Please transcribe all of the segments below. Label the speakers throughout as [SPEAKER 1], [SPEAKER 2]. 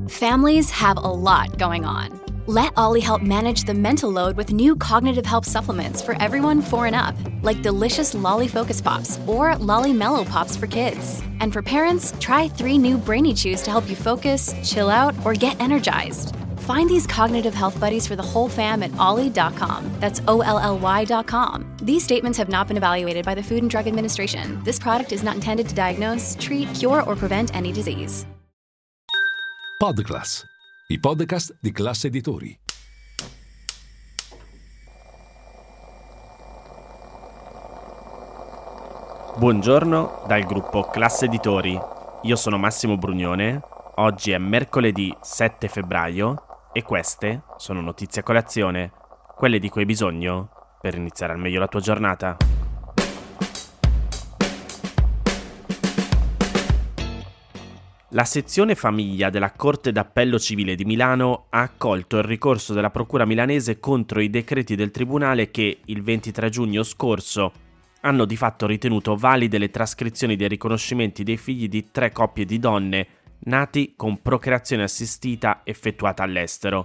[SPEAKER 1] Families have a lot going on. Let Ollie help manage the mental load with new cognitive help supplements for everyone 4 and up, like delicious Lolly Focus Pops or Lolly Mellow Pops for kids. And for parents, try 3 new Brainy Chews to help you focus, chill out, or get energized. Find these cognitive health buddies for the whole fam at ollie.com. That's OLLY.com. These statements have not been evaluated by the Food and Drug Administration. This product is not intended to diagnose, treat, cure, or prevent any disease.
[SPEAKER 2] Podclass, i podcast di Classe Editori.
[SPEAKER 3] Buongiorno dal gruppo Classe Editori. Io sono Massimo Brugnone. Oggi è mercoledì 7 febbraio e queste sono notizie a colazione, quelle di cui hai bisogno per iniziare al meglio la tua giornata. La sezione famiglia della Corte d'Appello Civile di Milano ha accolto il ricorso della Procura milanese contro i decreti del Tribunale che, il 23 giugno scorso, hanno di fatto ritenuto valide le trascrizioni dei riconoscimenti dei figli di 3 coppie di donne nati con procreazione assistita effettuata all'estero.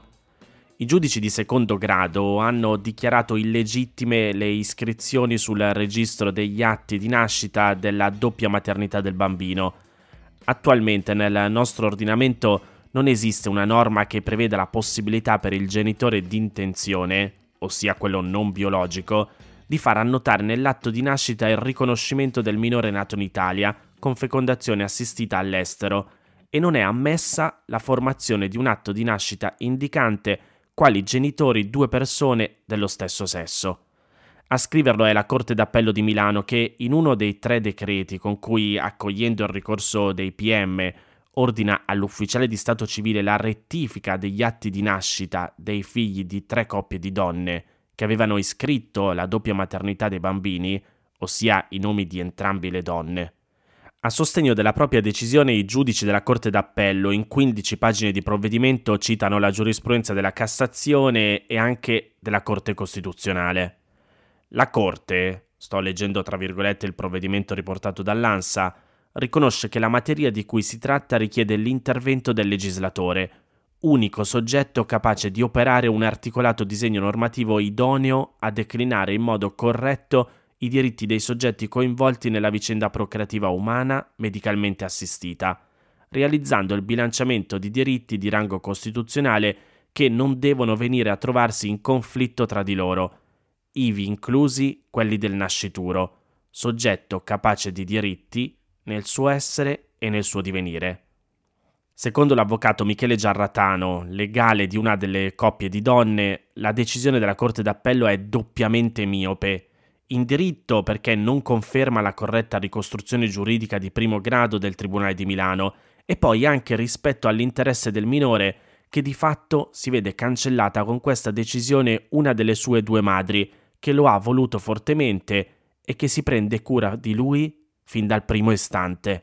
[SPEAKER 3] I giudici di secondo grado hanno dichiarato illegittime le iscrizioni sul registro degli atti di nascita della doppia maternità del bambino. Attualmente nel nostro ordinamento non esiste una norma che preveda la possibilità per il genitore d'intenzione, ossia quello non biologico, di far annotare nell'atto di nascita il riconoscimento del minore nato in Italia con fecondazione assistita all'estero, e non è ammessa la formazione di un atto di nascita indicante quali genitori 2 persone dello stesso sesso. A scriverlo è la Corte d'Appello di Milano che, in uno dei 3 decreti con cui, accogliendo il ricorso dei PM, ordina all'ufficiale di stato civile la rettifica degli atti di nascita dei figli di 3 coppie di donne che avevano iscritto la doppia maternità dei bambini, ossia i nomi di entrambi le donne. A sostegno della propria decisione, i giudici della Corte d'Appello, in 15 pagine di provvedimento, citano la giurisprudenza della Cassazione e anche della Corte Costituzionale. La Corte, sto leggendo tra virgolette il provvedimento riportato dall'ANSA, riconosce che la materia di cui si tratta richiede l'intervento del legislatore, unico soggetto capace di operare un articolato disegno normativo idoneo a declinare in modo corretto i diritti dei soggetti coinvolti nella vicenda procreativa umana medicalmente assistita, realizzando il bilanciamento di diritti di rango costituzionale che non devono venire a trovarsi in conflitto tra di loro, ivi inclusi quelli del nascituro, soggetto capace di diritti nel suo essere e nel suo divenire. Secondo l'avvocato Michele Giarratano, legale di una delle coppie di donne, la decisione della Corte d'Appello è doppiamente miope. In diritto perché non conferma la corretta ricostruzione giuridica di primo grado del Tribunale di Milano e poi anche rispetto all'interesse del minore che di fatto si vede cancellata con questa decisione una delle sue 2 madri che lo ha voluto fortemente e che si prende cura di lui fin dal primo istante.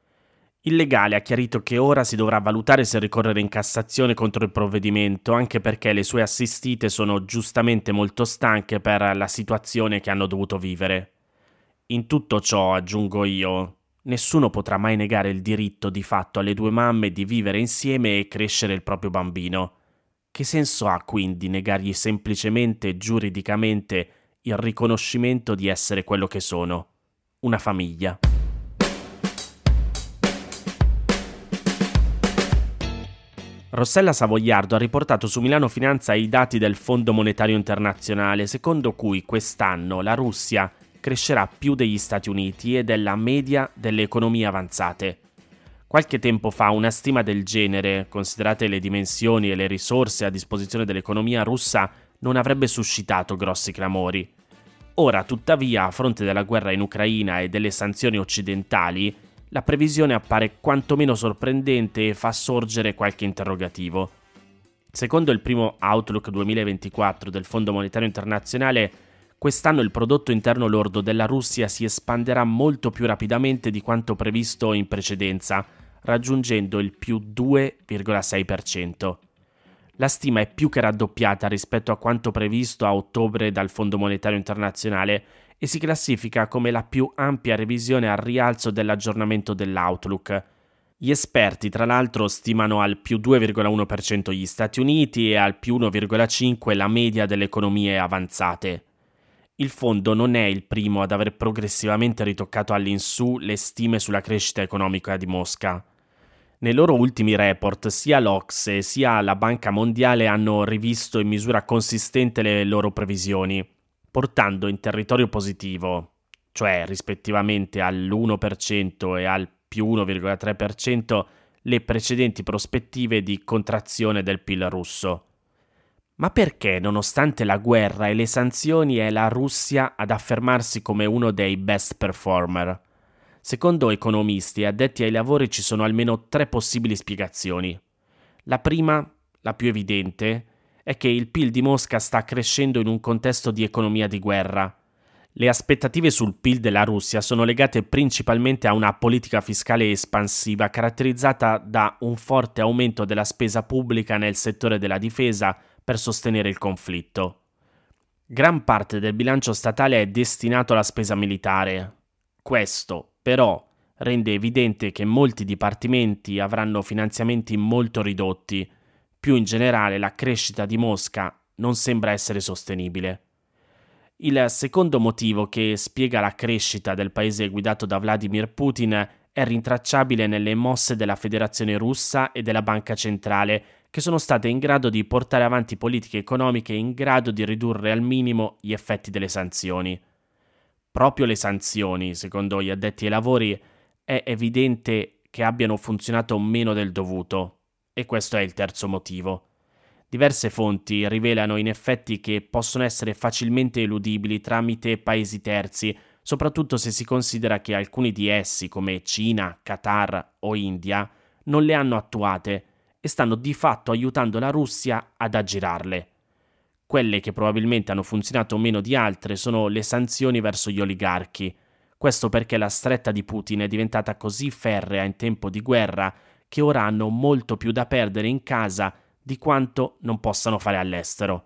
[SPEAKER 3] Il legale ha chiarito che ora si dovrà valutare se ricorrere in Cassazione contro il provvedimento, anche perché le sue assistite sono giustamente molto stanche per la situazione che hanno dovuto vivere. In tutto ciò, aggiungo io, nessuno potrà mai negare il diritto di fatto alle 2 mamme di vivere insieme e crescere il proprio bambino. Che senso ha quindi negargli semplicemente giuridicamente il riconoscimento di essere quello che sono, una famiglia? Rossella Savoiardo ha riportato su Milano Finanza i dati del Fondo Monetario Internazionale, secondo cui quest'anno la Russia crescerà più degli Stati Uniti e della media delle economie avanzate. Qualche tempo fa una stima del genere, considerate le dimensioni e le risorse a disposizione dell'economia russa, non avrebbe suscitato grossi clamori. Ora, tuttavia, a fronte della guerra in Ucraina e delle sanzioni occidentali, la previsione appare quantomeno sorprendente e fa sorgere qualche interrogativo. Secondo il primo Outlook 2024 del Fondo Monetario Internazionale, quest'anno il prodotto interno lordo della Russia si espanderà molto più rapidamente di quanto previsto in precedenza, raggiungendo il più 2,6%. La stima è più che raddoppiata rispetto a quanto previsto a ottobre dal Fondo Monetario Internazionale e si classifica come la più ampia revisione al rialzo dell'aggiornamento dell'Outlook. Gli esperti, tra l'altro, stimano al più 2,1% gli Stati Uniti e al più 1,5% la media delle economie avanzate. Il fondo non è il primo ad aver progressivamente ritoccato all'insù le stime sulla crescita economica di Mosca. Nei loro ultimi report, sia l'OCSE sia la Banca Mondiale hanno rivisto in misura consistente le loro previsioni, portando in territorio positivo, cioè rispettivamente all'1% e al più 1,3%, le precedenti prospettive di contrazione del PIL russo. Ma perché, nonostante la guerra e le sanzioni, è la Russia ad affermarsi come uno dei best performer? Secondo economisti e addetti ai lavori ci sono almeno 3 possibili spiegazioni. La prima, la più evidente, è che il PIL di Mosca sta crescendo in un contesto di economia di guerra. Le aspettative sul PIL della Russia sono legate principalmente a una politica fiscale espansiva caratterizzata da un forte aumento della spesa pubblica nel settore della difesa per sostenere il conflitto. Gran parte del bilancio statale è destinato alla spesa militare. Questo, però, rende evidente che molti dipartimenti avranno finanziamenti molto ridotti. Più in generale, la crescita di Mosca non sembra essere sostenibile. Il secondo motivo che spiega la crescita del paese guidato da Vladimir Putin è rintracciabile nelle mosse della Federazione Russa e della Banca Centrale, che sono state in grado di portare avanti politiche economiche in grado di ridurre al minimo gli effetti delle sanzioni. Proprio le sanzioni, secondo gli addetti ai lavori, è evidente che abbiano funzionato meno del dovuto, e questo è il terzo motivo. Diverse fonti rivelano in effetti che possono essere facilmente eludibili tramite paesi terzi, soprattutto se si considera che alcuni di essi, come Cina, Qatar o India, non le hanno attuate e stanno di fatto aiutando la Russia ad aggirarle. Quelle che probabilmente hanno funzionato meno di altre sono le sanzioni verso gli oligarchi. Questo perché la stretta di Putin è diventata così ferrea in tempo di guerra che ora hanno molto più da perdere in casa di quanto non possano fare all'estero.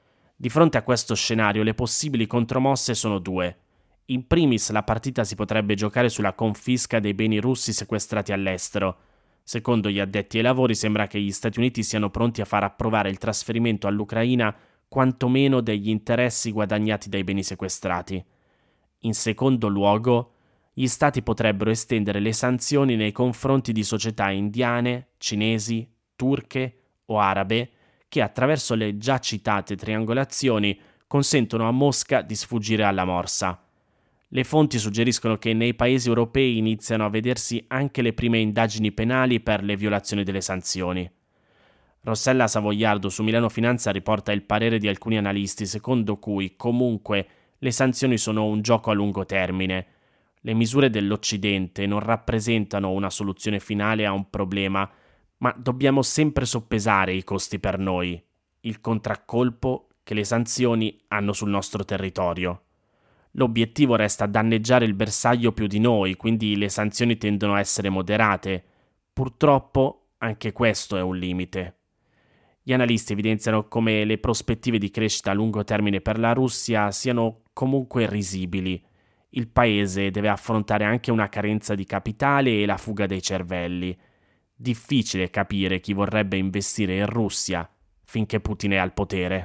[SPEAKER 3] Di fronte a questo scenario le possibili contromosse sono 2. In primis la partita si potrebbe giocare sulla confisca dei beni russi sequestrati all'estero. Secondo gli addetti ai lavori sembra che gli Stati Uniti siano pronti a far approvare il trasferimento all'Ucraina quantomeno degli interessi guadagnati dai beni sequestrati. In secondo luogo, gli Stati potrebbero estendere le sanzioni nei confronti di società indiane, cinesi, turche o arabe che attraverso le già citate triangolazioni consentono a Mosca di sfuggire alla morsa. Le fonti suggeriscono che nei paesi europei iniziano a vedersi anche le prime indagini penali per le violazioni delle sanzioni. Rossella Savoiardo su Milano Finanza riporta il parere di alcuni analisti secondo cui comunque le sanzioni sono un gioco a lungo termine. Le misure dell'Occidente non rappresentano una soluzione finale a un problema, ma dobbiamo sempre soppesare i costi per noi, il contraccolpo che le sanzioni hanno sul nostro territorio. L'obiettivo resta danneggiare il bersaglio più di noi, quindi le sanzioni tendono a essere moderate. Purtroppo anche questo è un limite. Gli analisti evidenziano come le prospettive di crescita a lungo termine per la Russia siano comunque risibili. Il paese deve affrontare anche una carenza di capitale e la fuga dei cervelli. Difficile capire chi vorrebbe investire in Russia finché Putin è al potere.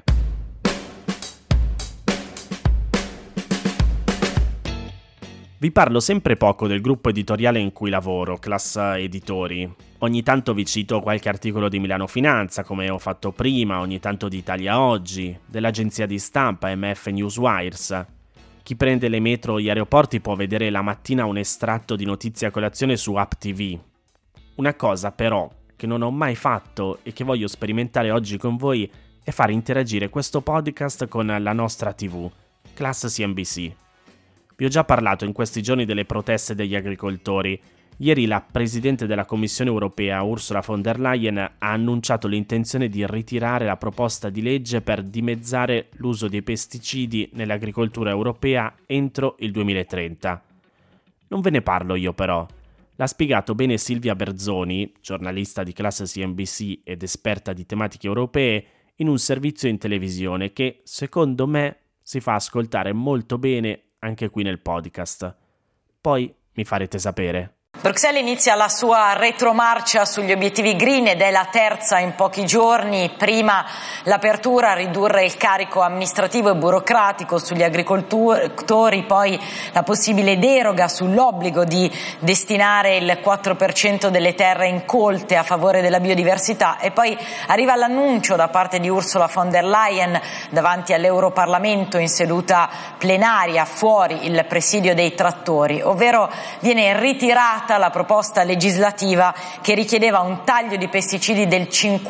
[SPEAKER 3] Vi parlo sempre poco del gruppo editoriale in cui lavoro, Class Editori. Ogni tanto vi cito qualche articolo di Milano Finanza, come ho fatto prima, ogni tanto di Italia Oggi, dell'agenzia di stampa MF Newswires. Chi prende le metro o gli aeroporti può vedere la mattina un estratto di notizie a colazione su App TV. Una cosa però che non ho mai fatto e che voglio sperimentare oggi con voi è far interagire questo podcast con la nostra TV, Class CNBC. Vi ho già parlato in questi giorni delle proteste degli agricoltori. Ieri la Presidente della Commissione Europea, Ursula von der Leyen, ha annunciato l'intenzione di ritirare la proposta di legge per dimezzare l'uso dei pesticidi nell'agricoltura europea entro il 2030. Non ve ne parlo io però. L'ha spiegato bene Silvia Berzoni, giornalista di Class CNBC ed esperta di tematiche europee, in un servizio in televisione che, secondo me, si fa ascoltare molto bene anche qui nel podcast. Poi mi farete sapere.
[SPEAKER 4] Bruxelles inizia la sua retromarcia sugli obiettivi green ed è la terza in pochi giorni. Prima l'apertura a ridurre il carico amministrativo e burocratico sugli agricoltori, poi la possibile deroga sull'obbligo di destinare il 4% delle terre incolte a favore della biodiversità e poi arriva l'annuncio da parte di Ursula von der Leyen davanti all'Europarlamento in seduta plenaria fuori il presidio dei trattori, ovvero viene ritirata la proposta legislativa che richiedeva un taglio di pesticidi del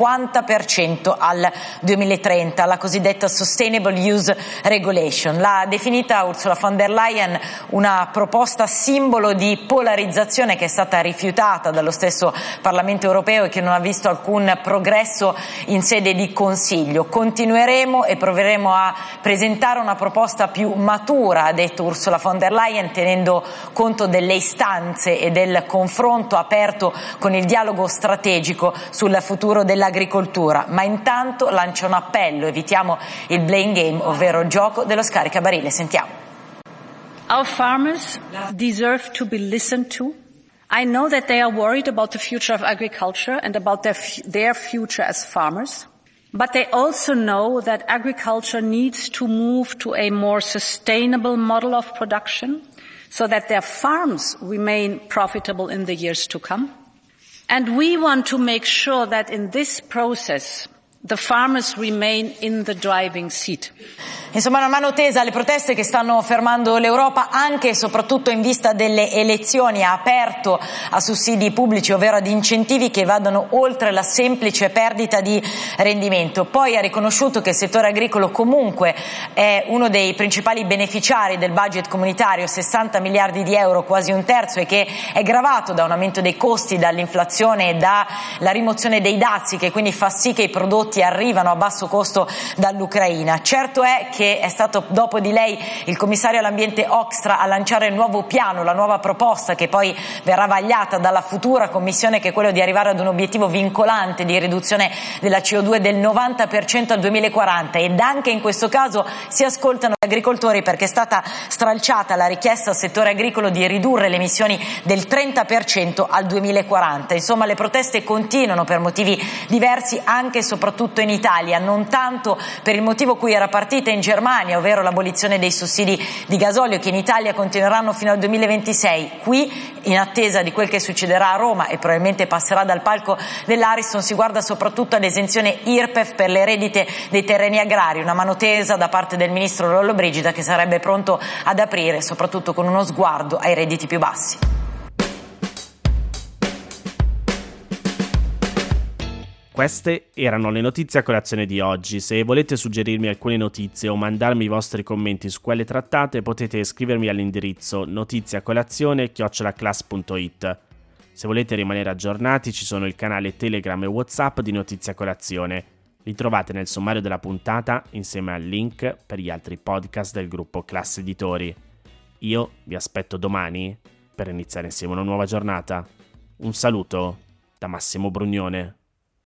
[SPEAKER 4] 50% al 2030, la cosiddetta Sustainable Use Regulation. L'ha definita Ursula von der Leyen una proposta simbolo di polarizzazione che è stata rifiutata dallo stesso Parlamento europeo e che non ha visto alcun progresso in sede di Consiglio. Continueremo e proveremo a presentare una proposta più matura, ha detto Ursula von der Leyen, tenendo conto delle istanze e del confronto aperto con il dialogo strategico sul futuro dell'agricoltura, ma intanto lancia un appello: evitiamo il blame game, ovvero gioco dello scaricabarile. Sentiamo.
[SPEAKER 5] Our farmers deserve to be listened to. I know that they are worried about the future of agriculture and about their future as farmers, but they also know that agriculture needs to move to a more sustainable model of production, so that their farms remain profitable in the years to come. And we want to make sure that in this process, the farmers remain in the driving seat.
[SPEAKER 4] Insomma, una mano tesa alle proteste che stanno fermando l'Europa anche e soprattutto in vista delle elezioni. Ha aperto a sussidi pubblici, ovvero ad incentivi che vadano oltre la semplice perdita di rendimento. Poi ha riconosciuto che il settore agricolo comunque è uno dei principali beneficiari del budget comunitario, 60 miliardi di euro, quasi un terzo, e che è gravato da un aumento dei costi, dall'inflazione e dalla rimozione dei dazi, che quindi fa sì che i prodotti arrivano a basso costo dall'Ucraina. Certo è che è stato dopo di lei il commissario all'ambiente Hoekstra a lanciare il nuovo piano, la nuova proposta che poi verrà vagliata dalla futura commissione, che è quello di arrivare ad un obiettivo vincolante di riduzione della CO2 del 90% al 2040, ed anche in questo caso si ascoltano gli agricoltori, perché è stata stralciata la richiesta al settore agricolo di ridurre le emissioni del 30% al 2040. Insomma, le proteste continuano per motivi diversi anche e soprattutto in Italia, non tanto per il motivo cui era partita in Germania, ovvero l'abolizione dei sussidi di gasolio, che in Italia continueranno fino al 2026. Qui, in attesa di quel che succederà a Roma e probabilmente passerà dal palco dell'Ariston, si guarda soprattutto all'esenzione IRPEF per le rendite dei terreni agrari, una mano tesa da parte del ministro Lollobrigida, che sarebbe pronto ad aprire, soprattutto con uno sguardo ai redditi più bassi.
[SPEAKER 3] Queste erano le notizie a colazione di oggi. Se volete suggerirmi alcune notizie o mandarmi i vostri commenti su quelle trattate, potete scrivermi all'indirizzo notiziacolazione@class.it. Se volete rimanere aggiornati, ci sono il canale Telegram e WhatsApp di Notizie a Colazione. Li trovate nel sommario della puntata insieme al link per gli altri podcast del gruppo Class Editori. Io vi aspetto domani per iniziare insieme una nuova giornata. Un saluto da Massimo Brugnone.